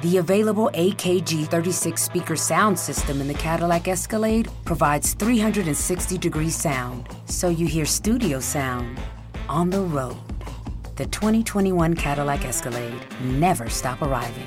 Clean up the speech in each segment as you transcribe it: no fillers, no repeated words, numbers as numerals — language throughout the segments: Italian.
The available AKG 36-speaker sound system in the Cadillac Escalade provides 360-degree sound, so you hear studio sound on the road. The 2021 Cadillac Escalade. Never stop arriving.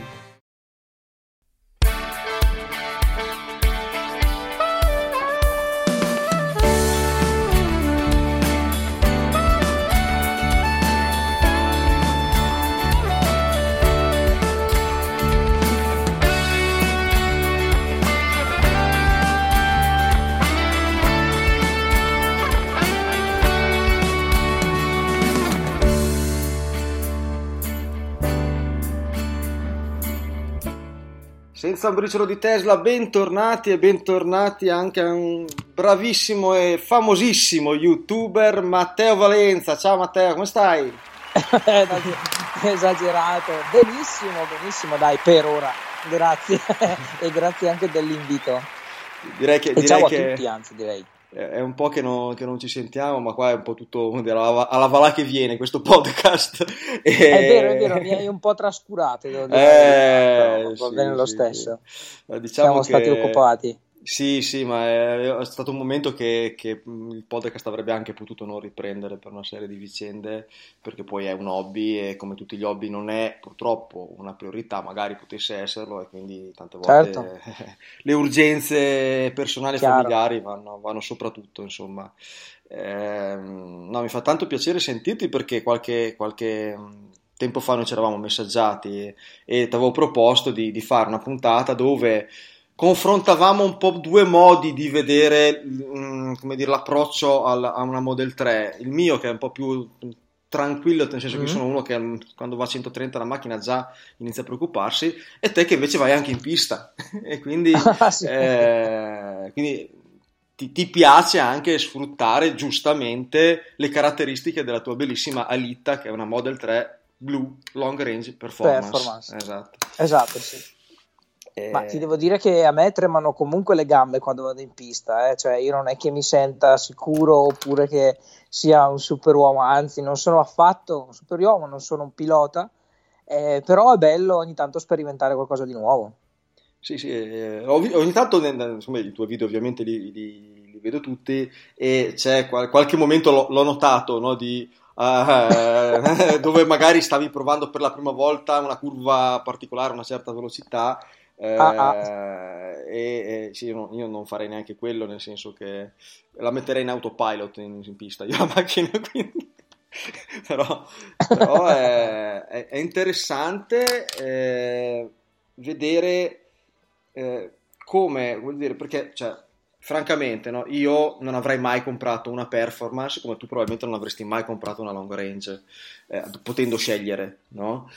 Senza un briciolo di Tesla, bentornati e bentornati anche a un bravissimo e famosissimo youtuber, Matteo Valenza. Ciao Matteo, come stai? Esagerato, benissimo, dai, per ora, grazie e grazie anche dell'invito. Direi che ciao a tutti, anzi direi. È un po' che non ci sentiamo, ma qua è un po' tutto alla va là che viene questo podcast. È vero, mi hai un po' trascurato, devo dire, va bene lo stesso. Diciamo siamo stati occupati. Sì, ma è stato un momento che il podcast avrebbe anche potuto non riprendere per una serie di vicende, perché poi è un hobby e come tutti gli hobby non è purtroppo una priorità, magari potesse esserlo, e quindi tante volte certo. Le urgenze personali e familiari vanno soprattutto, insomma. No, mi fa tanto piacere sentirti, perché qualche tempo fa noi ci eravamo messaggiati e ti avevo proposto di fare una puntata dove confrontavamo un po' due modi di vedere, come dire, l'approccio a una Model 3. Il mio, che è un po' più tranquillo, nel senso che io sono uno che quando va a 130 la macchina già inizia a preoccuparsi, e te che invece vai anche in pista e quindi, sì. Quindi ti piace anche sfruttare giustamente le caratteristiche della tua bellissima Alitta, che è una Model 3 Blue Long Range Performance. Esatto, sì. Ma ti devo dire che a me tremano comunque le gambe quando vado in pista, cioè io non è che mi senta sicuro oppure che sia un superuomo, anzi non sono affatto un superuomo, non sono un pilota, però è bello ogni tanto sperimentare qualcosa di nuovo. Sì, ogni tanto insomma, i tuoi video ovviamente li vedo tutti, e c'è qualche momento l'ho notato, no, dove magari stavi provando per la prima volta una curva particolare, una certa velocità. Sì, io non farei neanche quello, nel senso che la metterei in autopilot in pista io la macchina, quindi però è interessante vedere come, vuol dire, perché cioè, francamente, no, io non avrei mai comprato una Performance, come tu probabilmente non avresti mai comprato una Long Range, potendo scegliere, no?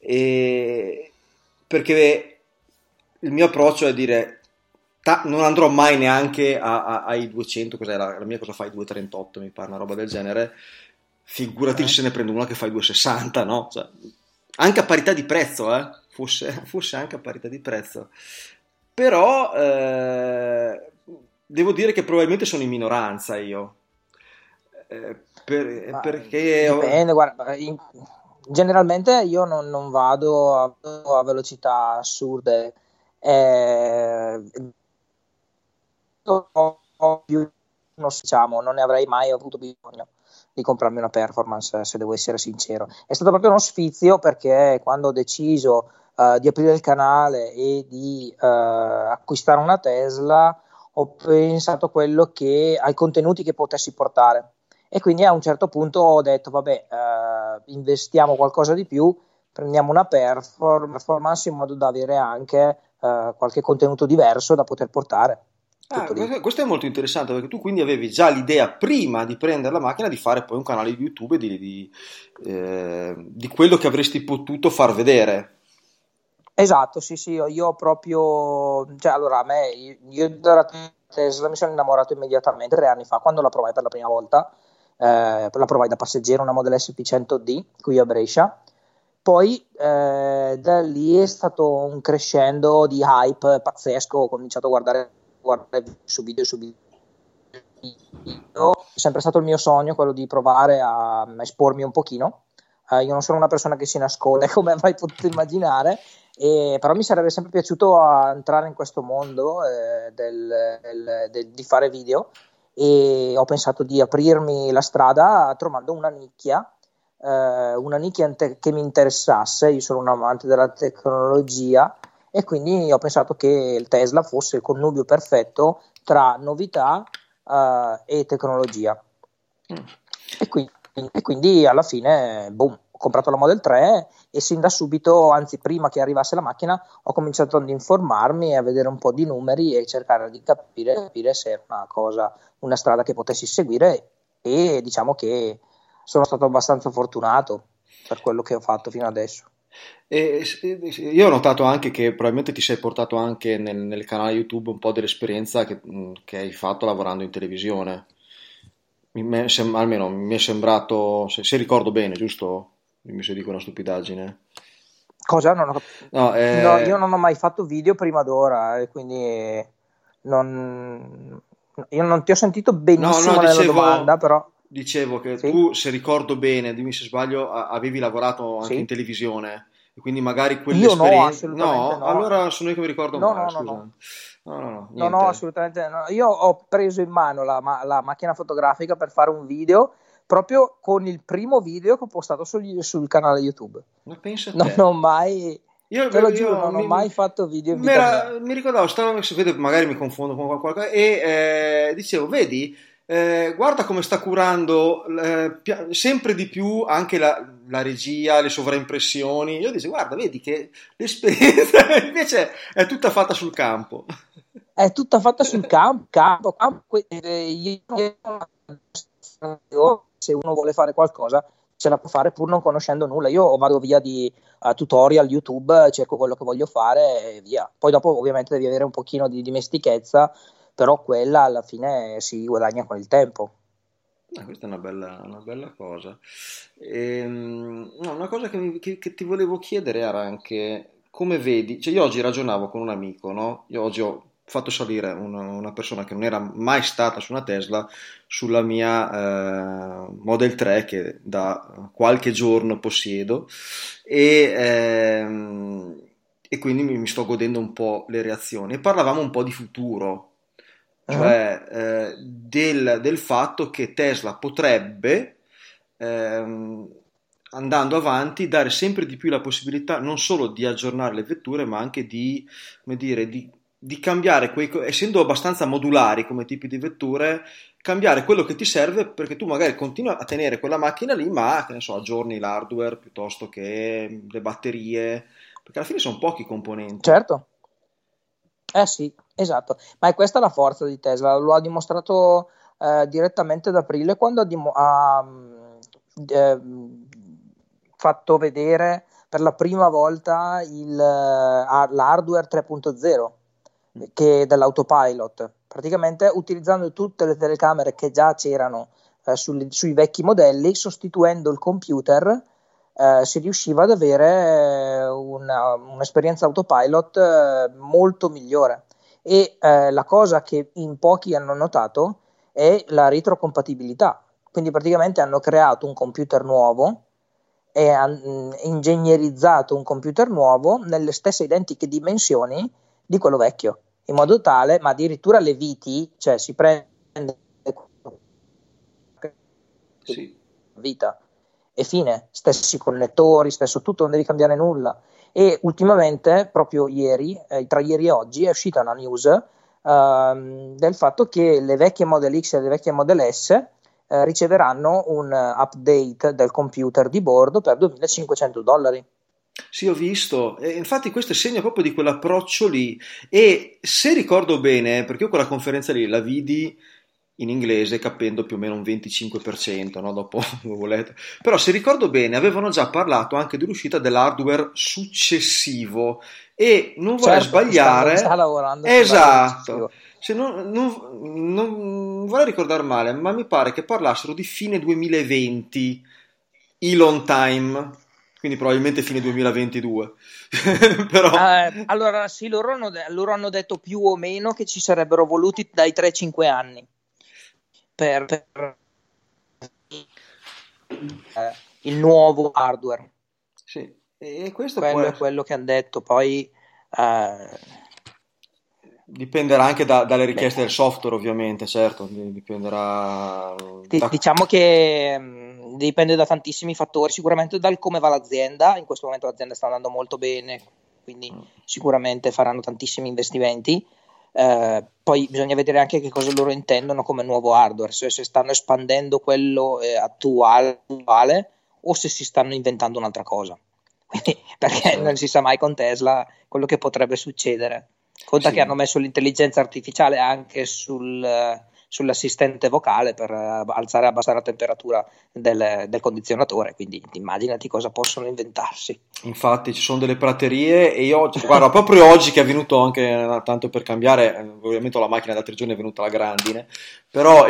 Perché il mio approccio è dire non andrò mai neanche ai 200, cos'è la mia, cosa fa, i 238 mi pare, una roba del genere, figurati se ne prendo una che fa i 260, no? Cioè, anche a parità di prezzo, fosse anche a parità di prezzo, però devo dire che probabilmente sono in minoranza io, perché dipende, guarda, generalmente io non vado a velocità assurde, diciamo, non ne avrei mai avuto bisogno di comprarmi una Performance, se devo essere sincero. È stato proprio uno sfizio, perché quando ho deciso di aprire il canale e di acquistare una Tesla, ho pensato ai contenuti che potessi portare, e quindi a un certo punto ho detto vabbè, investiamo qualcosa di più, prendiamo una Performance in modo da avere anche qualche contenuto diverso da poter portare. Questo è molto interessante, perché tu quindi avevi già l'idea, prima di prendere la macchina, di fare poi un canale di YouTube di quello che avresti potuto far vedere. Esatto, sì, io proprio, cioè allora io della Tesla mi sono innamorato immediatamente 3 anni fa, quando la provai per la prima volta. La provai da passeggero, una Model S P100D qui a Brescia. Poi da lì è stato un crescendo di hype pazzesco. Ho cominciato a guardare su video. È sempre stato il mio sogno quello di provare a espormi un pochino. Io non sono una persona che si nasconde, come avrai potuto immaginare, Però mi sarebbe sempre piaciuto entrare in questo mondo di fare video, e ho pensato di aprirmi la strada trovando una nicchia che mi interessasse. Io sono un amante della tecnologia e quindi ho pensato che il Tesla fosse il connubio perfetto tra novità e tecnologia. E quindi alla fine, boom, ho comprato la Model 3 e sin da subito, anzi prima che arrivasse la macchina, ho cominciato ad informarmi, a vedere un po' di numeri e cercare di capire se era una strada che potessi seguire, e diciamo che sono stato abbastanza fortunato per quello che ho fatto fino adesso. Io ho notato anche che probabilmente ti sei portato anche nel canale YouTube un po' dell'esperienza che hai fatto lavorando in televisione. Almeno mi è sembrato, se ricordo bene, giusto? Mi se dico una stupidaggine. Cosa? No, No, io non ho mai fatto video prima d'ora, e quindi io non ti ho sentito benissimo nella domanda, però... Dicevo che sì? Tu, se ricordo bene, dimmi se sbaglio, avevi lavorato anche in televisione, e quindi magari quell'esperienza... Io no, assolutamente no. Allora sono io che mi ricordo male, scusa. No, assolutamente no. Io ho preso in mano la macchina fotografica per fare un video, proprio con il primo video che ho postato sul canale YouTube. Ma pensa a te. Non ho mai... Te lo giuro, non ho mai fatto video in vita mia. Mi ricordavo, magari mi confondo con qualcosa, e dicevo, vedi... guarda come sta curando sempre di più anche la regia, le sovraimpressioni. Io dicevo, guarda, vedi che l'esperienza invece è tutta fatta sul campo. È tutta fatta sul campo. Se uno vuole fare qualcosa, ce la può fare pur non conoscendo nulla. Io vado via di tutorial YouTube, cerco quello che voglio fare e via. Poi dopo ovviamente devi avere un pochino di dimestichezza, però quella alla fine si guadagna con il tempo. Questa è una bella cosa. Una cosa che ti volevo chiedere era anche come vedi, cioè io oggi ragionavo con un amico, no? Io oggi ho fatto salire una persona che non era mai stata su una Tesla sulla mia Model 3 che da qualche giorno possiedo, e quindi mi sto godendo un po' le reazioni, e parlavamo un po' di futuro, cioè del fatto che Tesla potrebbe, andando avanti, dare sempre di più la possibilità non solo di aggiornare le vetture, ma anche di, come dire, di cambiare, essendo abbastanza modulari come tipi di vetture, cambiare quello che ti serve, perché tu magari continui a tenere quella macchina lì, ma che ne so, aggiorni l'hardware piuttosto che le batterie, perché alla fine sono pochi componenti. Certo. Sì, esatto, ma è questa la forza di Tesla, lo ha dimostrato direttamente ad aprile, quando ha fatto vedere per la prima volta l'hardware 3.0 che è dell'autopilot, praticamente utilizzando tutte le telecamere che già c'erano sui vecchi modelli, sostituendo il computer. Si riusciva ad avere un'esperienza autopilot molto migliore, e la cosa che in pochi hanno notato è la retrocompatibilità. Quindi praticamente hanno creato un computer nuovo e hanno ingegnerizzato un computer nuovo nelle stesse identiche dimensioni di quello vecchio, in modo tale, ma addirittura le viti, cioè si prende vita e fine, stessi connettori, stesso tutto, non devi cambiare nulla. E ultimamente, proprio ieri, tra ieri e oggi, è uscita una news del fatto che le vecchie Model X e le vecchie Model S riceveranno un update del computer di bordo per $2.500. Sì, ho visto, e infatti questo è segno proprio di quell'approccio lì, e se ricordo bene, perché io quella conferenza lì la vidi in inglese capendo più o meno un 25%, no? Dopo però se ricordo bene avevano già parlato anche dell'uscita dell'hardware successivo, e non vorrei sbagliare, sta lavorando esatto, se non vorrei ricordare male, ma mi pare che parlassero di fine 2020, Elon time, quindi probabilmente fine 2022. Però... allora sì, loro hanno detto più o meno che ci sarebbero voluti dai 3-5 anni per il nuovo hardware. Sì. E questo quello è quello che hanno detto. Poi dipenderà anche dalle richieste del software, ovviamente, certo, dipenderà diciamo che dipende da tantissimi fattori, sicuramente dal come va l'azienda. In questo momento l'azienda sta andando molto bene, quindi sicuramente faranno tantissimi investimenti. Poi bisogna vedere anche che cosa loro intendono come nuovo hardware, se stanno espandendo quello attuale o se si stanno inventando un'altra cosa. Quindi, perché non si sa mai con Tesla quello che potrebbe succedere. Conta che hanno messo l'intelligenza artificiale anche sull'assistente vocale per alzare e abbassare la temperatura del condizionatore, quindi immaginati cosa possono inventarsi. Infatti ci sono delle praterie e io, guarda, proprio oggi che è venuto anche, tanto per cambiare, ovviamente la macchina da 3 giorni è venuta la grandine, però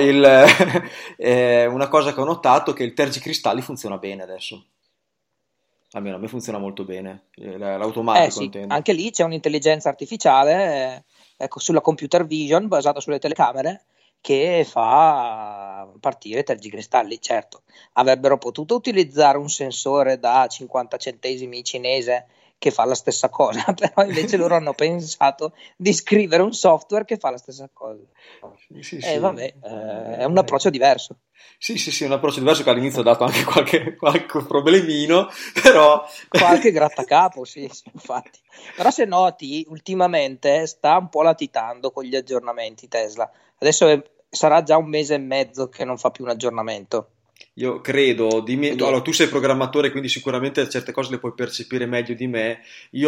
una cosa che ho notato è che il tergicristalli funziona bene adesso. Almeno a me funziona molto bene, l'automatico intendo. Anche lì c'è un'intelligenza artificiale sulla computer vision basata sulle telecamere che fa partire i tergicristalli. Certo, avrebbero potuto utilizzare un sensore da 50 centesimi cinese che fa la stessa cosa, però invece loro hanno pensato di scrivere un software che fa la stessa cosa. Sì. Vabbè, è un approccio diverso. Sì, un approccio diverso che all'inizio ha dato anche qualche problemino, però... Qualche grattacapo, sì, infatti. Però se noti, ultimamente sta un po' latitando con gli aggiornamenti Tesla. Adesso sarà già 1 mese e mezzo che non fa più un aggiornamento. Io credo, allora tu sei programmatore, quindi sicuramente certe cose le puoi percepire meglio di me. Io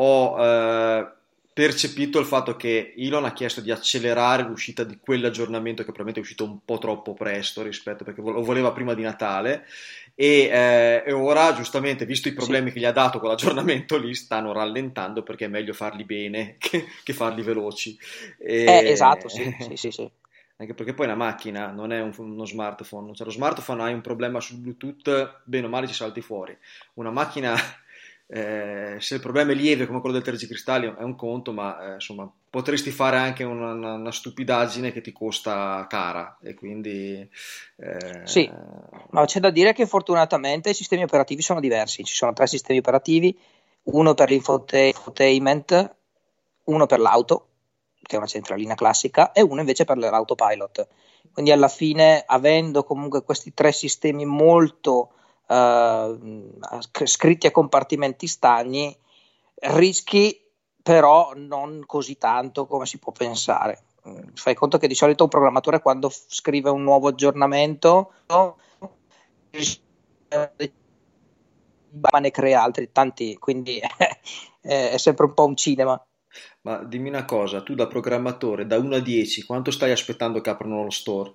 ho percepito il fatto che Elon ha chiesto di accelerare l'uscita di quell'aggiornamento che probabilmente è uscito un po' troppo presto rispetto, perché lo voleva prima di Natale e ora giustamente, visto i problemi che gli ha dato quell'aggiornamento lì, stanno rallentando perché è meglio farli bene che farli veloci. Esatto, sì. Anche perché poi la macchina non è uno smartphone, cioè lo smartphone hai un problema sul Bluetooth, bene o male ci salti fuori. Una macchina, se il problema è lieve come quello del tergicristalli è un conto, ma insomma potresti fare anche una stupidaggine che ti costa cara e quindi... Sì, ma c'è da dire che fortunatamente i sistemi operativi sono diversi, ci sono 3 sistemi operativi, uno per l'infotainment, uno per l'auto, che è una centralina classica, e uno invece per l'autopilot. Quindi alla fine, avendo comunque questi 3 sistemi molto scritti a compartimenti stagni, rischi però non così tanto come si può pensare. Fai conto che di solito un programmatore quando scrive un nuovo aggiornamento ma ne crea altri tanti, quindi è sempre un po' un cinema. Ma dimmi una cosa, tu da programmatore, da 1 a 10, quanto stai aspettando che aprono lo store?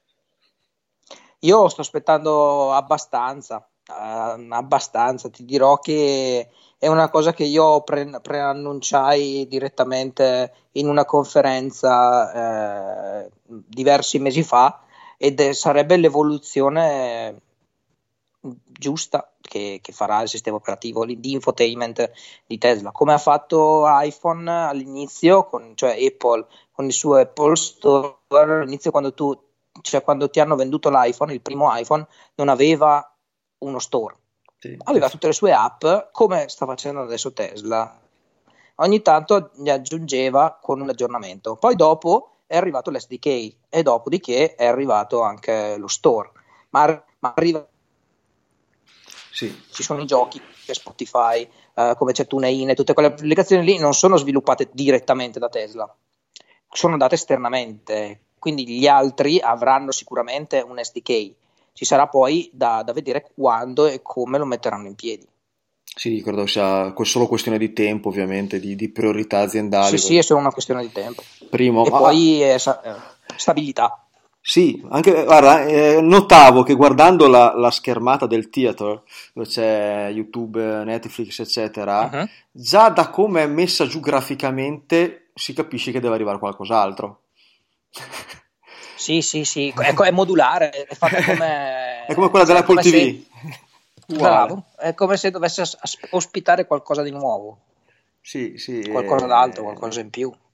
Io sto aspettando abbastanza, ti dirò che è una cosa che io preannunciai direttamente in una conferenza diversi mesi fa ed sarebbe l'evoluzione giusta che farà il sistema operativo di infotainment di Tesla, come ha fatto iPhone all'inizio, cioè Apple con il suo Apple Store. All'inizio quando ti hanno venduto l'iPhone, il primo iPhone non aveva uno store, aveva tutte le sue app come sta facendo adesso Tesla, ogni tanto ne aggiungeva con un aggiornamento, poi dopo è arrivato l'SDK e dopodiché è arrivato anche lo store, ma arriva. Sì. Ci sono i giochi, Spotify, come c'è TuneIn e tutte quelle applicazioni lì non sono sviluppate direttamente da Tesla, sono date esternamente, quindi gli altri avranno sicuramente un SDK, ci sarà poi da vedere quando e come lo metteranno in piedi. Sì, credo sia solo questione di tempo, ovviamente, di priorità aziendali. Sì, è solo una questione di tempo. Primo, poi stabilità. Sì, anche guarda, notavo che guardando la schermata del theater, dove c'è YouTube, Netflix, eccetera, già da come è messa giù graficamente si capisce che deve arrivare qualcos'altro. Sì, è modulare, è fatta come... è come quella dell'Apple TV. Bravo, è come se dovesse ospitare qualcosa di nuovo. Sì. Qualcosa d'altro, qualcosa in più.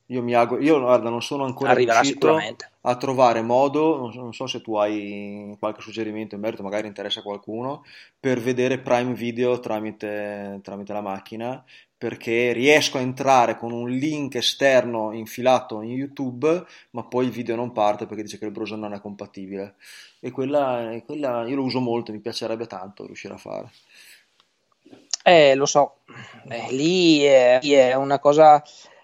Io mi auguro, io guarda, non sono ancora Arriverà riuscito sicuramente. a trovare modo, non so se tu hai qualche suggerimento in merito, magari interessa a qualcuno, per vedere Prime Video tramite la macchina, perché riesco a entrare con un link esterno infilato in YouTube, ma poi il video non parte perché dice che il browser non è compatibile. E quella io lo uso molto, mi piacerebbe tanto riuscire a fare. Lo so, lì è una cosa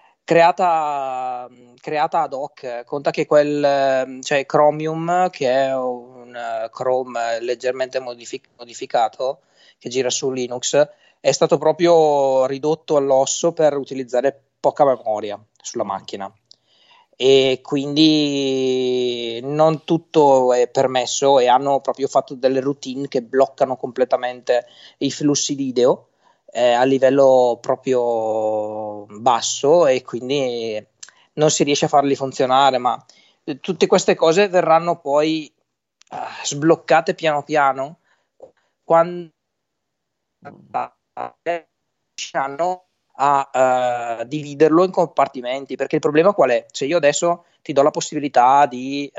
creata ad hoc. Conta che cioè Chromium, che è un Chrome leggermente modificato, che gira su Linux, è stato proprio ridotto all'osso per utilizzare poca memoria sulla macchina. E quindi non tutto è permesso e hanno proprio fatto delle routine che bloccano completamente i flussi video a livello proprio basso, e quindi non si riesce a farli funzionare, ma tutte queste cose verranno poi sbloccate piano piano quando riusciranno a dividerlo in compartimenti, perché il problema qual è? Se io adesso ti do la possibilità di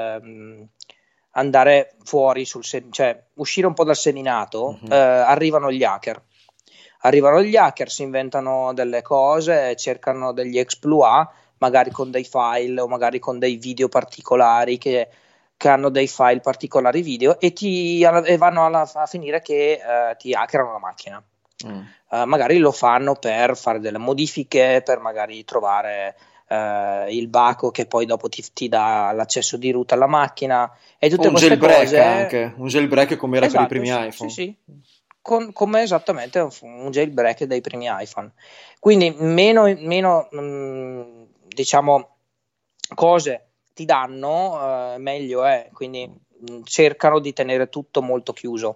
andare fuori cioè uscire un po' dal seminato, arrivano gli hacker, si inventano delle cose, cercano degli exploit, magari con dei file o magari con dei video particolari che hanno dei file particolari video, e vanno a finire che ti hackerano la macchina. Magari lo fanno per fare delle modifiche, per magari trovare il baco che poi dopo ti dà l'accesso di root alla macchina, e tutte Un queste jailbreak cose. anche, un jailbreak come era per i primi iPhone. Sì. Come esattamente un jailbreak dei primi iPhone. Quindi meno diciamo cose ti danno, meglio è. Quindi cercano di tenere tutto molto chiuso.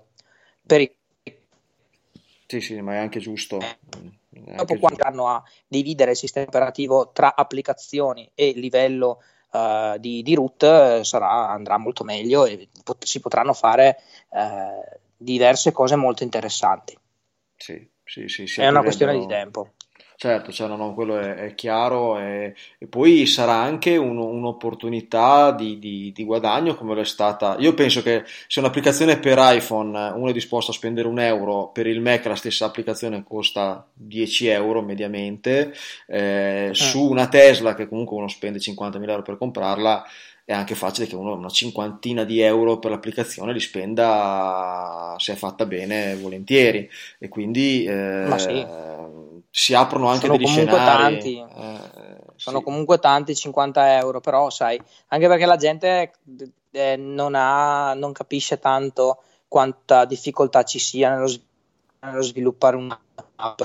Sì, ma è anche giusto. Dopo, quando andranno a dividere il sistema operativo tra applicazioni e livello di root, andrà molto meglio, e si potranno fare diverse cose molto interessanti. Sì, è una questione di tempo. Certo, quello è chiaro, e poi sarà anche un'opportunità di guadagno, come lo è stata. Io penso che se un'applicazione per iPhone uno è disposto a spendere €1, per il Mac la stessa applicazione costa €10 mediamente, su una Tesla che comunque uno spende €50.000 per comprarla, è anche facile che uno una cinquantina di euro per l'applicazione li spenda, se è fatta bene, volentieri, e quindi si aprono anche degli scenari. Sono comunque tanti 50 euro, però sai, anche perché la gente non capisce tanto quanta difficoltà ci sia nello sviluppare un'app.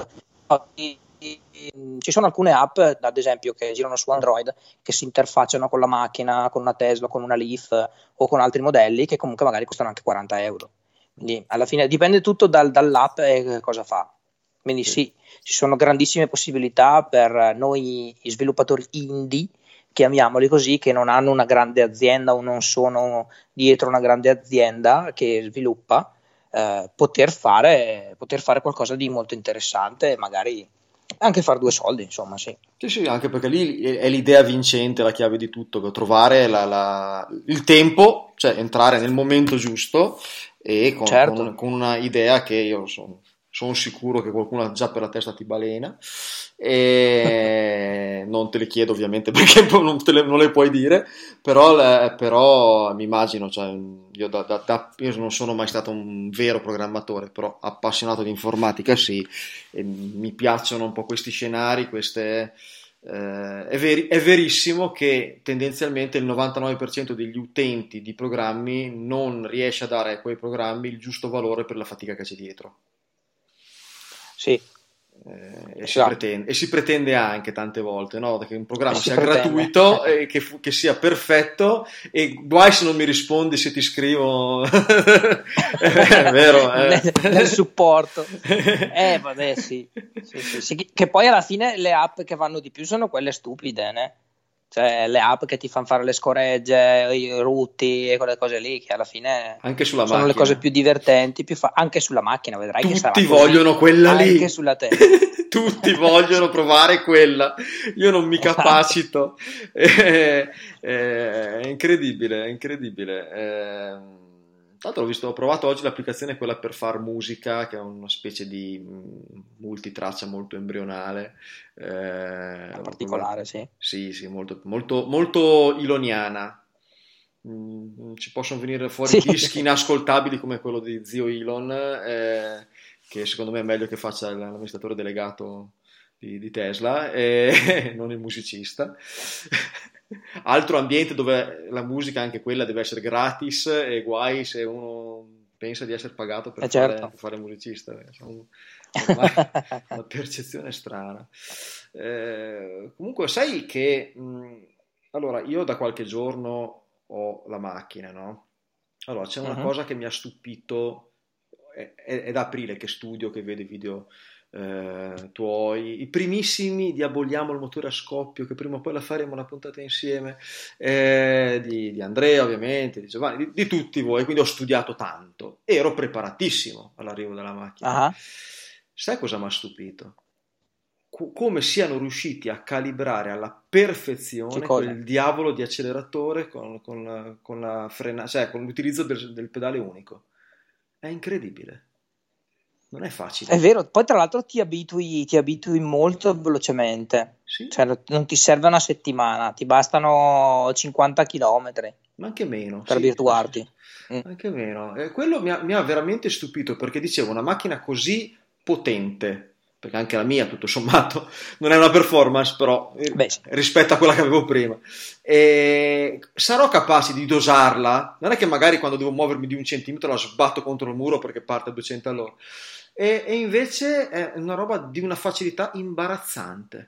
Ci sono alcune app, ad esempio, che girano su Android, che si interfacciano con la macchina, con una Tesla, con una Leaf o con altri modelli, che comunque magari costano anche 40 euro. Quindi alla fine dipende tutto dall'app e cosa fa. Quindi sì, ci sono grandissime possibilità per noi sviluppatori indie, chiamiamoli così, che non hanno una grande azienda o non sono dietro una grande azienda che sviluppa, poter fare qualcosa di molto interessante e magari anche fare due soldi, insomma. Sì, anche perché lì è l'idea vincente, la chiave di tutto, trovare il tempo, cioè entrare nel momento giusto, e con una idea che io sono sicuro che qualcuno ha già per la testa ti balena, e non te le chiedo ovviamente perché non le puoi dire, però mi immagino, cioè, io non sono mai stato un vero programmatore, però appassionato di informatica sì, e mi piacciono un po' questi scenari, è verissimo che tendenzialmente il 99% degli utenti di programmi non riesce a dare a quei programmi il giusto valore per la fatica che c'è dietro. Sì. E si pretende anche tante volte, no? Che un programma sia gratuito e che sia perfetto, e guai se non mi rispondi se ti scrivo è vero, nel supporto. Vabbè, sì. Che poi alla fine le app che vanno di più sono quelle stupide, né? cioè le app che ti fanno fare le scoregge, i rutti e quelle cose lì, che alla fine anche sulla sono macchina. Le cose più divertenti, anche sulla macchina, vedrai tutti che sarà vogliono quella anche lì, anche sulla te. Tutti vogliono provare quella, io non mi capacito. È incredibile, è incredibile. Tanto ho provato oggi l'applicazione quella per far musica, che è una specie di multitraccia molto embrionale, particolare, sì. Sì, molto, molto, molto iloniana. Ci possono venire fuori dischi inascoltabili come quello di zio Elon, che secondo me è meglio che faccia l'amministratore delegato di Tesla e non il musicista. Altro ambiente dove la musica, anche quella, deve essere gratis, e guai se uno pensa di essere pagato per fare musicista. Una percezione strana. Comunque sai che allora io da qualche giorno ho la macchina, no? Allora c'è una cosa che mi ha stupito, è da aprile che studio, che vedo i video tuoi, i primissimi di Aboliamo il motore a scoppio, che prima o poi la faremo una puntata insieme, di Andrea ovviamente, di Giovanni, di tutti voi, quindi ho studiato tanto, ero preparatissimo all'arrivo della macchina. Sai cosa mi ha stupito? Come siano riusciti a calibrare alla perfezione quel diavolo di acceleratore con la frena, cioè con l'utilizzo del pedale unico. È incredibile. Non è facile. È vero, poi tra l'altro ti abitui molto velocemente. Sì. Cioè, non ti serve una settimana, ti bastano 50 km. Ma anche meno. Per abituarti. Anche meno. Quello mi ha veramente stupito, perché dicevo, una macchina così potente, perché anche la mia, tutto sommato, non è una performance, però rispetto a quella che avevo prima. Sarò capace di dosarla? Non è che magari quando devo muovermi di 1 centimetro la sbatto contro il muro perché parte a 200 all'ora. E invece è una roba di una facilità imbarazzante.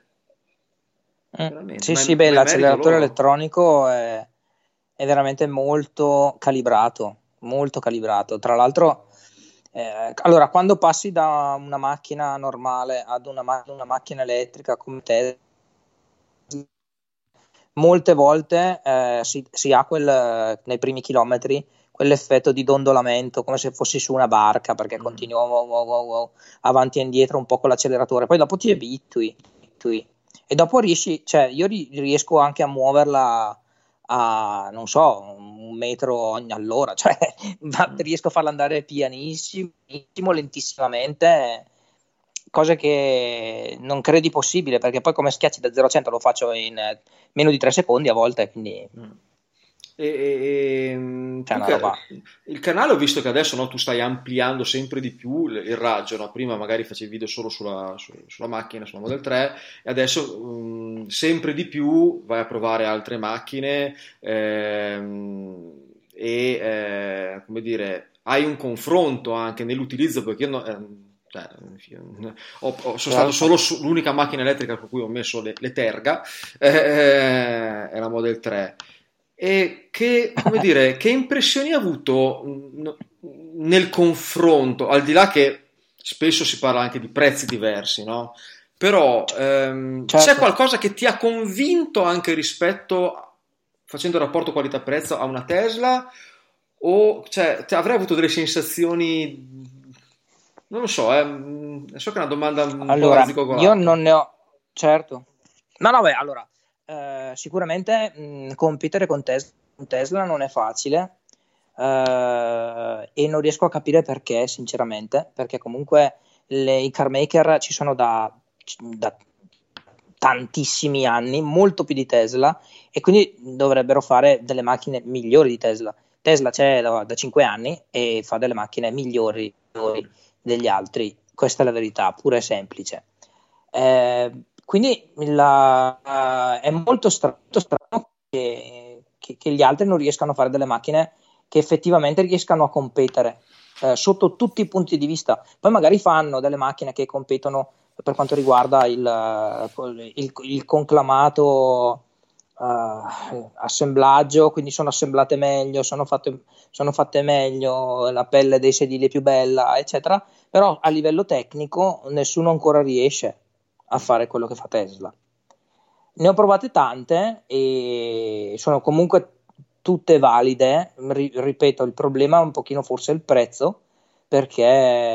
Sì, l'acceleratore elettronico è veramente molto calibrato. Tra l'altro, allora, quando passi da una macchina normale ad una macchina elettrica come te, molte volte si ha nei primi chilometri quell'effetto di dondolamento, come se fossi su una barca, perché continui avanti e indietro un po' con l'acceleratore, poi dopo ti abitui e dopo io riesco anche a muoverla a, non so, 1 metro all'ora, cioè riesco a farla andare pianissimo, lentissimamente, cose che non credi possibile, perché poi come schiacci da 0 a 100 lo faccio in meno di 3 secondi a volte, quindi il canale, ho visto che adesso, no, tu stai ampliando sempre di più il raggio, no? Prima magari facevi video solo sulla macchina, sulla Model 3, e adesso sempre di più vai a provare altre macchine, come dire, hai un confronto anche nell'utilizzo, perché io sono stato solo l'unica macchina elettrica con cui ho messo le Terga, è la Model 3. E che impressioni hai avuto nel confronto, al di là che spesso si parla anche di prezzi diversi, no? Però c'è qualcosa che ti ha convinto anche rispetto, facendo il rapporto qualità-prezzo, a una Tesla, o cioè avrei avuto delle sensazioni, non lo so, so che è una domanda un po' arzigogolata. Io non ne ho, certo. Allora, sicuramente competere con Tesla non è facile, e non riesco a capire perché, sinceramente, perché comunque i car maker ci sono da tantissimi anni, molto più di Tesla, e quindi dovrebbero fare delle macchine migliori di Tesla. Tesla c'è da 5 anni e fa delle macchine migliori degli altri, questa è la verità, pura e semplice. Quindi è molto strano che gli altri non riescano a fare delle macchine che effettivamente riescano a competere sotto tutti i punti di vista. Poi magari fanno delle macchine che competono per quanto riguarda il conclamato assemblaggio, quindi sono assemblate meglio, sono fatte meglio, la pelle dei sedili è più bella, eccetera, però a livello tecnico nessuno ancora riesce a fare quello che fa Tesla. Ne ho provate tante e sono comunque tutte valide. Ripeto, il problema è un pochino forse il prezzo, perché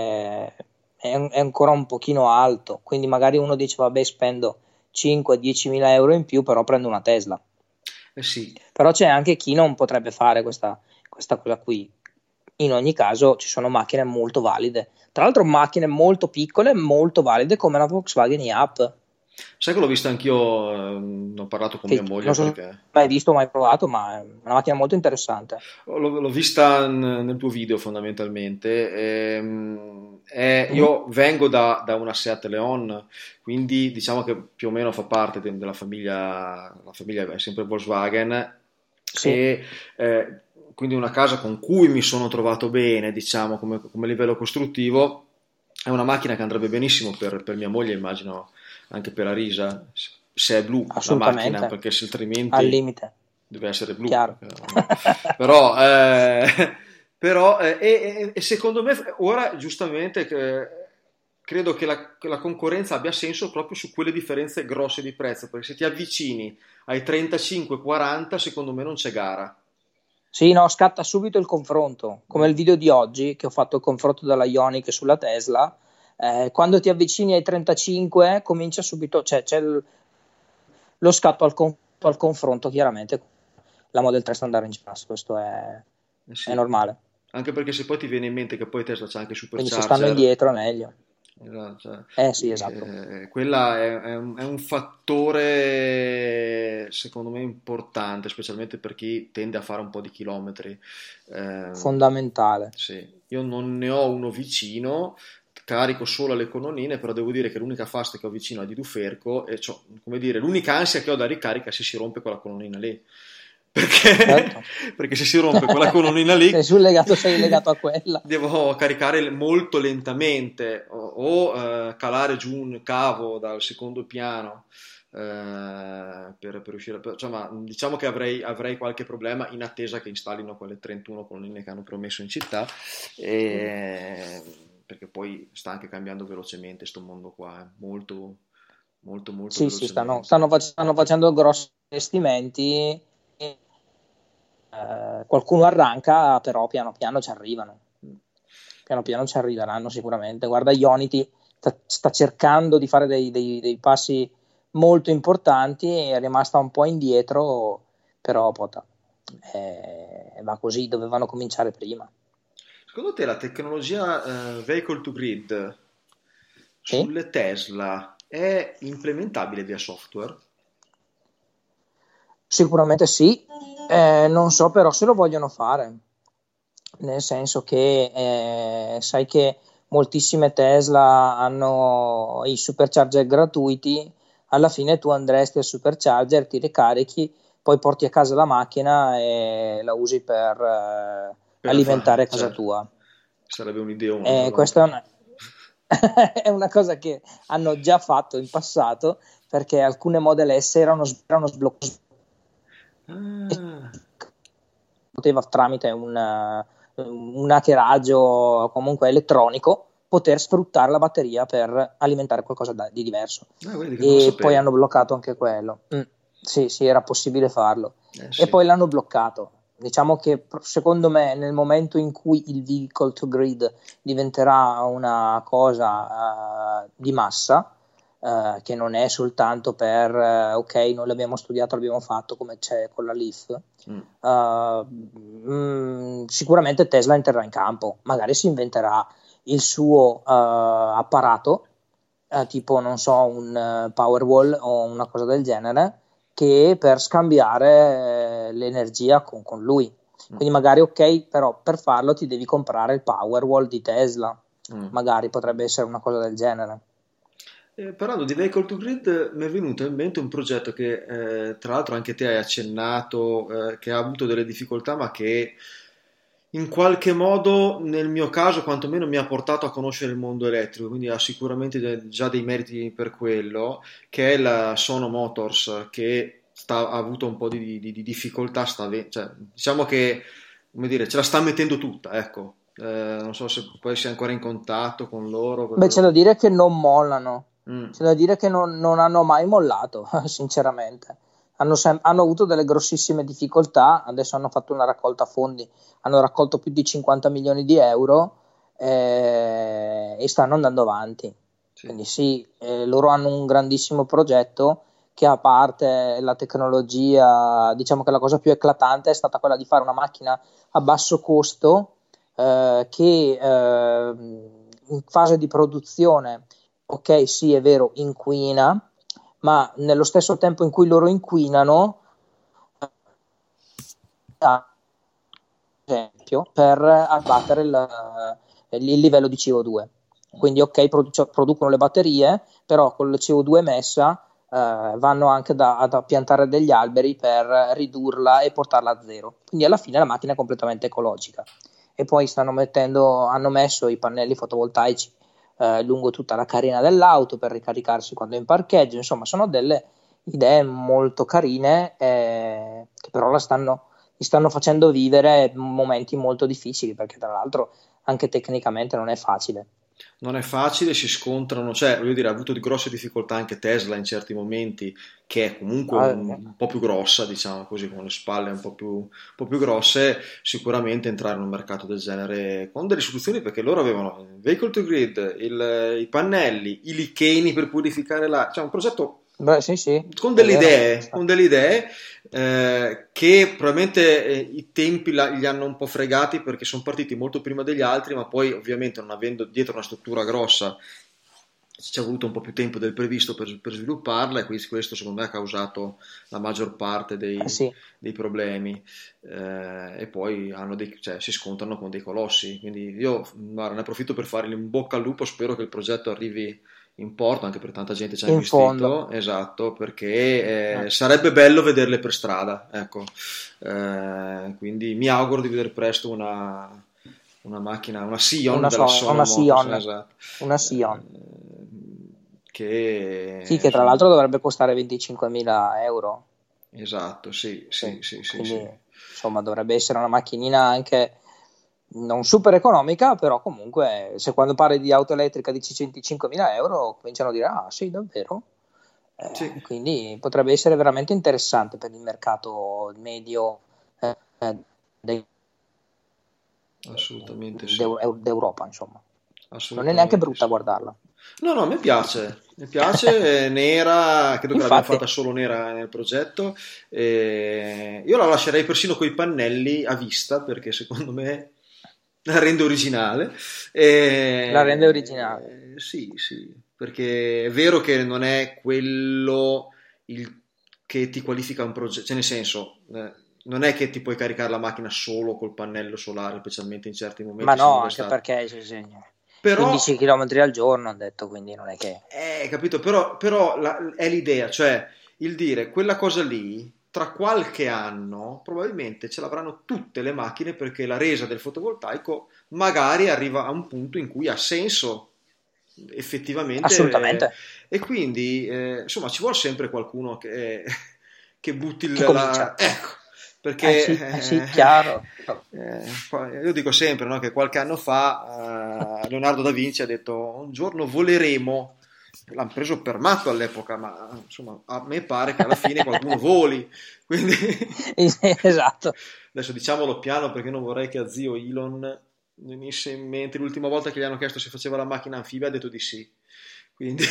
è ancora un pochino alto, quindi magari uno dice vabbè, spendo 5-10 mila euro in più, però prendo una Tesla. Sì. Però c'è anche chi non potrebbe fare questa cosa qui. In ogni caso ci sono macchine molto valide, tra l'altro macchine molto piccole, molto valide, come la Volkswagen i-Up, Sai che l'ho vista anch'io, ho parlato con mia che moglie non so se perché mai visto, mai provato, ma è una macchina molto interessante. l'ho vista nel tuo video fondamentalmente. Mhm. Io vengo da una Seat Leon, quindi diciamo che più o meno fa parte della famiglia, la famiglia è sempre Volkswagen Sì, e quindi una casa con cui mi sono trovato bene, diciamo, come livello costruttivo. È una macchina che andrebbe benissimo per mia moglie, immagino anche per Arisa, se è blu la macchina, assolutamente, perché se al altrimenti limite, deve essere blu. chiaro. Però, e secondo me ora giustamente credo che la concorrenza abbia senso proprio su quelle differenze grosse di prezzo, perché se ti avvicini ai 35-40 secondo me non c'è gara. Sì, no, scatta subito il confronto, come Mm. il video di oggi che ho fatto il confronto della Ioniq sulla Tesla. Quando ti avvicini ai 35 comincia subito, cioè c'è lo scatto al confronto, chiaramente la Model 3 Standard Range Plus, questo è Sì. normale, Anche perché se poi ti viene in mente che poi Tesla c'ha anche quindi se stanno Supercharger. indietro è meglio. Esatto, cioè, Sì, esatto, quella è un fattore secondo me importante, specialmente per chi tende a fare un po' di chilometri. fondamentale. Sì. Io non ne ho uno vicino, carico solo alle colonnine, però devo dire che l'unica fasta che ho vicino è di Duferco e come dire, l'unica ansia che ho da ricarica è se si rompe quella colonnina lì. Perché, Certo. perché se si rompe quella colonnina lì Sei legato a quella. devo caricare molto lentamente o calare giù un cavo dal secondo piano per riuscire cioè, ma diciamo che avrei qualche problema in attesa che installino quelle 31 colonnine che hanno promesso in città perché poi sta anche cambiando velocemente sto mondo qua, molto molto molto Sì, sì, velocemente. stanno facendo grossi investimenti. Qualcuno arranca, però piano piano ci arrivano. Piano piano ci arriveranno sicuramente. Guarda, Ionity sta cercando di fare dei passi molto importanti, è rimasta un po' indietro, però pota, va così, dovevano cominciare prima. Secondo te la tecnologia vehicle to grid Sì? sulle Tesla è implementabile via software? Sicuramente sì, non so però se lo vogliono fare, nel senso che sai che moltissime Tesla hanno i supercharger gratuiti, alla fine tu andresti al supercharger, ti ricarichi, poi porti a casa la macchina e la usi per Per fare, alimentare casa certo, tua. sarebbe un'idea però Questa è anche. una, è una cosa che hanno già fatto in passato, perché alcune Model S erano sbloccate, Ah, poteva tramite un hackeraggio comunque elettronico poter sfruttare la batteria per alimentare qualcosa di diverso, vedi che non lo e poi sapevo. hanno bloccato anche quello. Sì, sì, era possibile farlo e Sì. poi l'hanno bloccato. Diciamo che secondo me nel momento in cui il vehicle to grid diventerà una cosa di massa, che non è soltanto per ok, noi l'abbiamo studiato, l'abbiamo fatto, come c'è con la Leaf. Mm. Sicuramente Tesla entrerà in campo, magari si inventerà il suo apparato, tipo non so, un Powerwall o una cosa del genere, che per scambiare l'energia con lui. Quindi magari ok, però per farlo ti devi comprare il Powerwall di Tesla, Mm. magari potrebbe essere una cosa del genere. Parlando di Vehicle to Grid, mi è venuto in mente un progetto che tra l'altro anche te hai accennato, che ha avuto delle difficoltà, ma che in qualche modo, nel mio caso, quantomeno mi ha portato a conoscere il mondo elettrico, quindi ha sicuramente già dei meriti per quello, che è la Sono Motors, che ha avuto un po' di difficoltà, cioè, diciamo che, come dire, ce la sta mettendo tutta, ecco. Non so se poi sei ancora in contatto con loro. Beh, c'è da dire che non mollano. C'è da dire che non hanno mai mollato, sinceramente. Hanno avuto delle grossissime difficoltà, adesso hanno fatto una raccolta fondi, hanno raccolto più di 50 milioni di euro e stanno andando avanti. Sì. Quindi sì, loro hanno un grandissimo progetto che, a parte la tecnologia, diciamo che la cosa più eclatante è stata quella di fare una macchina a basso costo che in fase di produzione, ok, sì, è vero, inquina, ma nello stesso tempo in cui loro inquinano, ad esempio, per abbattere il livello di CO2. Quindi ok, producono le batterie, però con la CO2 emessa vanno anche a piantare degli alberi per ridurla e portarla a zero. Quindi alla fine la macchina è completamente ecologica. E poi hanno messo i pannelli fotovoltaici lungo tutta la carena dell'auto per ricaricarsi quando è in parcheggio. Insomma, sono delle idee molto carine che però gli stanno facendo vivere momenti molto difficili, perché tra l'altro anche tecnicamente non è facile. Non è facile, si scontrano, cioè voglio dire, ha avuto grosse difficoltà anche Tesla in certi momenti, che è comunque un po' più grossa, diciamo così, con le spalle un po' più grosse. Sicuramente entrare in un mercato del genere con delle soluzioni, perché loro avevano il vehicle to grid, i pannelli, i licheni per purificare l'acqua, cioè un progetto sì. Con delle idee che probabilmente i tempi li hanno un po' fregati, perché sono partiti molto prima degli altri, ma poi ovviamente non avendo dietro una struttura grossa ci è voluto un po' più tempo del previsto per svilupparla, e quindi questo secondo me ha causato la maggior parte dei problemi, e poi si scontrano con dei colossi. Quindi io ne approfitto per fare in bocca al lupo, spero che il progetto arrivi in porto, anche per tanta gente ci ha investito, esatto, perché sarebbe bello vederle per strada, ecco. Quindi mi auguro di vedere presto una macchina, una Sion della Sono Motors, esatto. Una Sion che tra l'altro dovrebbe costare 25.000 euro. Esatto, sì. Quindi, insomma, dovrebbe essere una macchinina anche non super economica, però comunque se quando parli di auto elettrica dici 25.000 euro cominciano a dire sì, davvero? Quindi potrebbe essere veramente interessante per il mercato medio assolutamente d'Europa, insomma. Non è neanche brutta guardarla. No, mi piace, nera, credo che l'abbiamo fatta solo nera nel progetto. Io la lascerei persino coi pannelli a vista, perché secondo me la rende originale. La rende originale? Sì, perché è vero che non è quello che ti qualifica un progetto, cioè nel senso, non è che ti puoi caricare la macchina solo col pannello solare, specialmente in certi momenti. Ma no, anche perché però, 15 km al giorno, ho detto, quindi non è che... capito, però è l'idea, cioè il dire quella cosa lì, tra qualche anno probabilmente ce l'avranno tutte le macchine, perché la resa del fotovoltaico magari arriva a un punto in cui ha senso effettivamente. Assolutamente. E quindi insomma ci vuole sempre qualcuno che butti ecco, perché sì, chiaro. Io dico sempre, no, che qualche anno fa Leonardo da Vinci ha detto un giorno voleremo. L'hanno preso per matto all'epoca, ma insomma a me pare che alla fine qualcuno voli, quindi esatto. Adesso diciamolo piano, perché non vorrei che a zio Elon venisse in mente l'ultima volta che gli hanno chiesto se faceva la macchina anfibia, ha detto di sì, quindi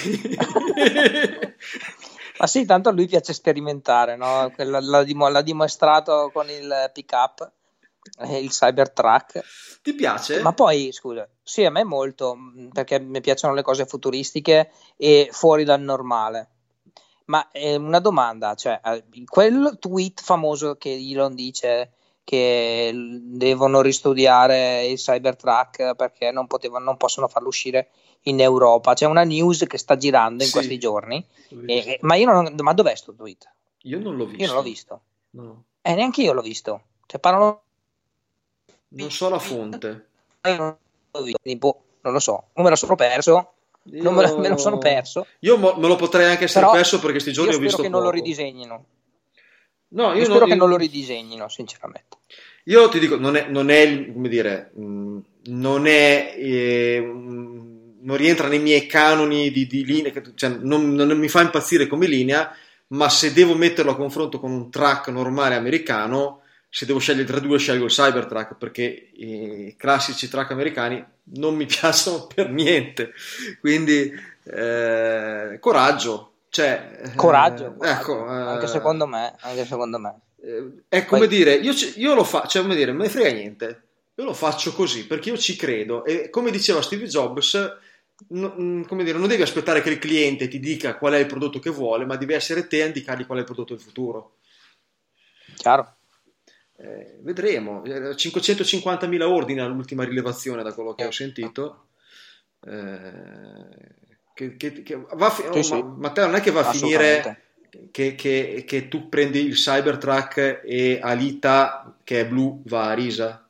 ma sì, tanto a lui piace sperimentare, no? L'ha dimostrato con il pick-up, il Cybertruck. Ti piace? Ma poi, scusa, sì, a me molto, perché mi piacciono le cose futuristiche e fuori dal normale. Ma una domanda, cioè, quel tweet famoso che Elon dice che devono ristudiare il Cybertruck perché non possono farlo uscire in Europa, c'è una news che sta girando in questi giorni, ma dov'è sto tweet? Io non l'ho visto. No. Neanche io l'ho visto, cioè parlano, non so la fonte, non lo so, non me lo sono perso. Me lo sono perso. Io me lo potrei anche essere perso, perché sti giorni ho visto che poco. non lo ridisegnino. No, io spero che non lo ridisegnino, sinceramente. Io ti dico, non è come dire, non è non rientra nei miei canoni di linea, cioè non mi fa impazzire come linea, ma se devo metterlo a confronto con un track normale americano, se devo scegliere tra due scelgo il Cybertruck, perché i classici track americani non mi piacciono per niente, quindi coraggio, cioè, coraggio. Ecco, anche secondo me è come dire, io lo faccio, cioè come dire, me ne frega niente, io lo faccio così perché io ci credo, e come diceva Steve Jobs, come dire, non devi aspettare che il cliente ti dica qual è il prodotto che vuole, ma devi essere te a indicargli qual è il prodotto del futuro. Chiaro. Vedremo. 550.000 ordini all'ultima rilevazione, da quello che ho sentito. Matteo, non è che va a finire che tu prendi il Cybertruck e Alita, che è blu, va a risa.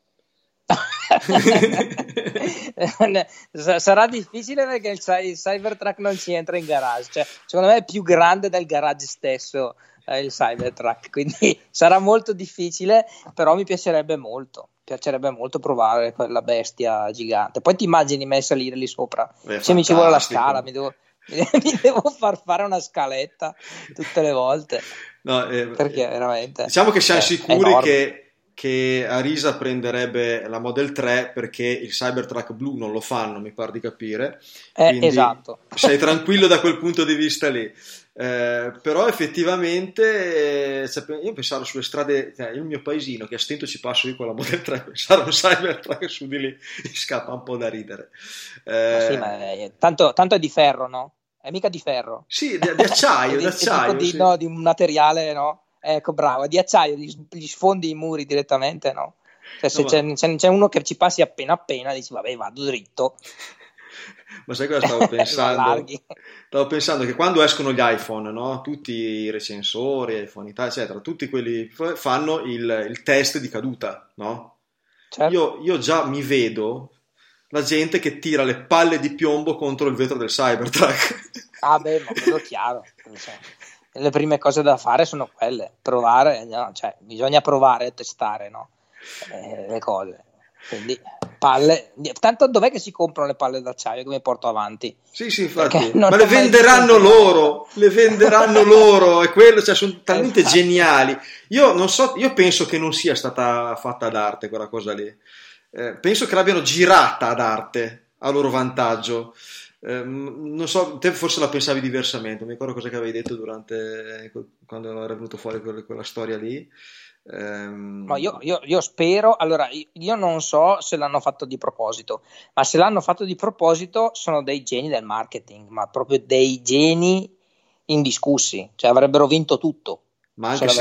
Sarà difficile perché il Cybertruck non ci entra in garage, cioè, secondo me è più grande del garage stesso il Cybertruck, quindi sarà molto difficile, però mi piacerebbe molto provare quella bestia gigante. Poi ti immagini me salire lì sopra, se mi ci vuole la scala, mi devo far fare una scaletta tutte le volte, no, perché veramente diciamo che siamo sicuri che Arisa prenderebbe la Model 3 perché il Cybertruck blu non lo fanno, mi pare di capire, quindi esatto. Sei tranquillo da quel punto di vista lì. Però effettivamente io pensavo sulle strade, il mio paesino che a stento ci passo io con la Model 3, pensare a un Cybertruck su di lì mi scappa un po' da ridere. Sì, ma tanto è di ferro, no? È mica di ferro. Sì, di acciaio, sì. No, di un materiale, no? Ecco, bravo, di acciaio, gli sfondi i muri direttamente, no? Cioè, se c'è uno che ci passi appena, dici, vabbè, vado dritto. Ma sai cosa stavo pensando? Stavo pensando che quando escono gli iPhone, no? Tutti i recensori, iPhone Italia, eccetera, tutti quelli fanno il test di caduta, no? Certo. Io già mi vedo la gente che tira le palle di piombo contro il vetro del Cybertruck. Ah beh, ma quello è chiaro. Le prime cose da fare sono quelle, provare, no? Cioè bisogna provare e testare, no? Le cose. Quindi palle, tanto dov'è che si comprano le palle d'acciaio che mi porto avanti? Sì, infatti, ma le venderanno loro, è quello, cioè sono talmente geniali. Io non so, io penso che non sia stata fatta ad arte quella cosa lì. Penso che l'abbiano girata ad arte a loro vantaggio. Non so, te forse la pensavi diversamente, non mi ricordo cosa che avevi detto quando era venuto fuori quella storia lì. No, io spero, allora io non so se l'hanno fatto di proposito, ma se l'hanno fatto di proposito sono dei geni del marketing, ma proprio dei geni indiscussi, cioè avrebbero vinto tutto. Ma anche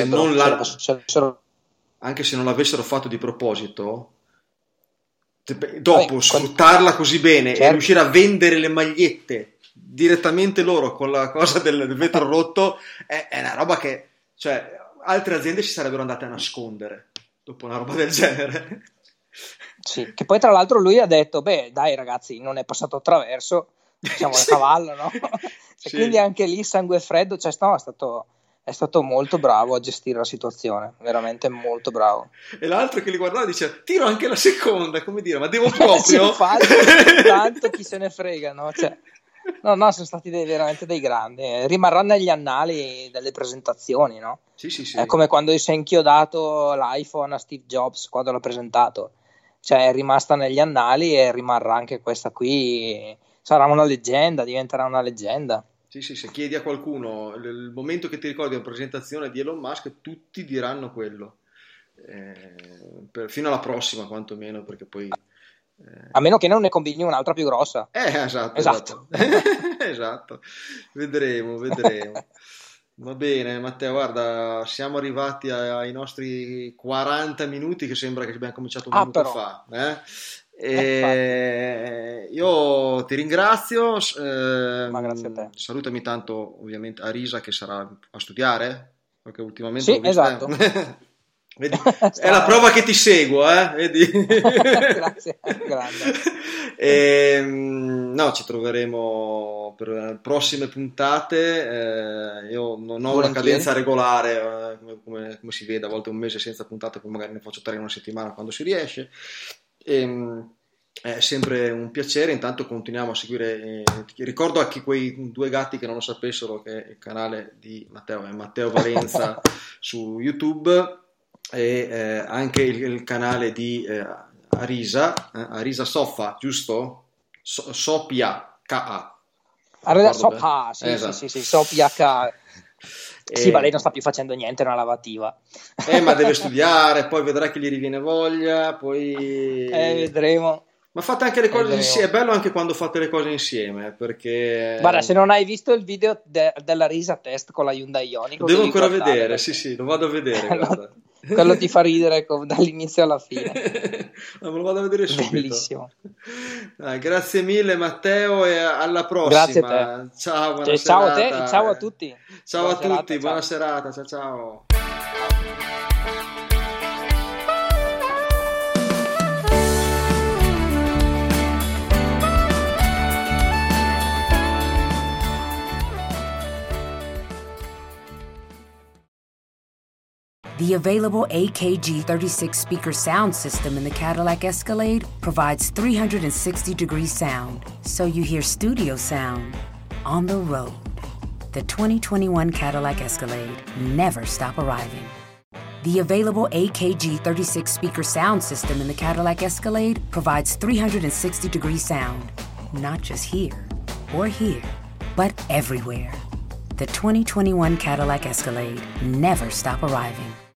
se non l'avessero fatto di proposito, dopo sfruttarla così bene, certo, e riuscire a vendere le magliette direttamente loro con la cosa del vetro rotto è una roba che, cioè, altre aziende si sarebbero andate a nascondere dopo una roba del genere. Sì, che poi tra l'altro lui ha detto, beh dai ragazzi, non è passato attraverso, diciamo il cavallo, no? Sì. Quindi anche lì sangue freddo, cioè è stato molto bravo a gestire la situazione, veramente molto bravo. E l'altro che li guardava dice, tiro anche la seconda, come dire, ma devo proprio... tanto chi se ne frega, no? Cioè, no, sono stati veramente dei grandi, rimarrà negli annali delle presentazioni, no? Sì. È come quando si è inchiodato l'iPhone a Steve Jobs quando l'ha presentato, cioè è rimasta negli annali e rimarrà anche questa qui, sarà una leggenda, diventerà una leggenda. Sì, se chiedi a qualcuno il momento che ti ricordi una presentazione di Elon Musk, tutti diranno quello, fino alla prossima quantomeno, perché poi... A meno che non ne combini un'altra più grossa. Esatto. Esatto. Vedremo. Va bene, Matteo, guarda, siamo arrivati ai nostri 40 minuti, che sembra che abbiamo cominciato un minuto fa. Io ti ringrazio, ma grazie a te. Salutami tanto ovviamente Arisa che sarà a studiare, perché ultimamente sì, esatto. Vedi? È la prova che ti seguo, vedi? Grazie, grande. No, ci troveremo per prossime puntate. Io non ho una cadenza regolare, come si vede, a volte un mese senza puntate, poi magari ne faccio 3 in una settimana quando si riesce. È sempre un piacere, intanto continuiamo a seguire, ricordo anche quei due gatti che non lo sapessero che il canale di Matteo è Matteo Valenza su YouTube, e anche il canale di Arisa Soffa, giusto? Sopia K.A. Sopia, sì, esatto. sì, Sopia K. Sì, ma lei non sta più facendo niente, è una lavativa. Ma deve studiare, poi vedrà che gli riviene voglia, poi... vedremo. Ma fate anche le cose insieme, è bello anche quando fate le cose insieme, perché... Guarda, se non hai visto il video della risa test con la Hyundai Ioniq... Devo ancora vedere, sì, lo vado a vedere, guarda. Quello ti fa ridere dall'inizio alla fine. Me lo vado a vedere subito. Bellissimo. Grazie mille Matteo e alla prossima. Grazie a te. Ciao, buona ciao serata. a te e ciao a tutti. Ciao a tutti, buona serata, ciao. The available AKG 36 speaker sound system in the Cadillac Escalade provides 360-degree sound, so you hear studio sound on the road. The 2021 Cadillac Escalade never stop arriving. The available AKG 36 speaker sound system in the Cadillac Escalade provides 360-degree sound, not just here or here, but everywhere. The 2021 Cadillac Escalade never stop arriving.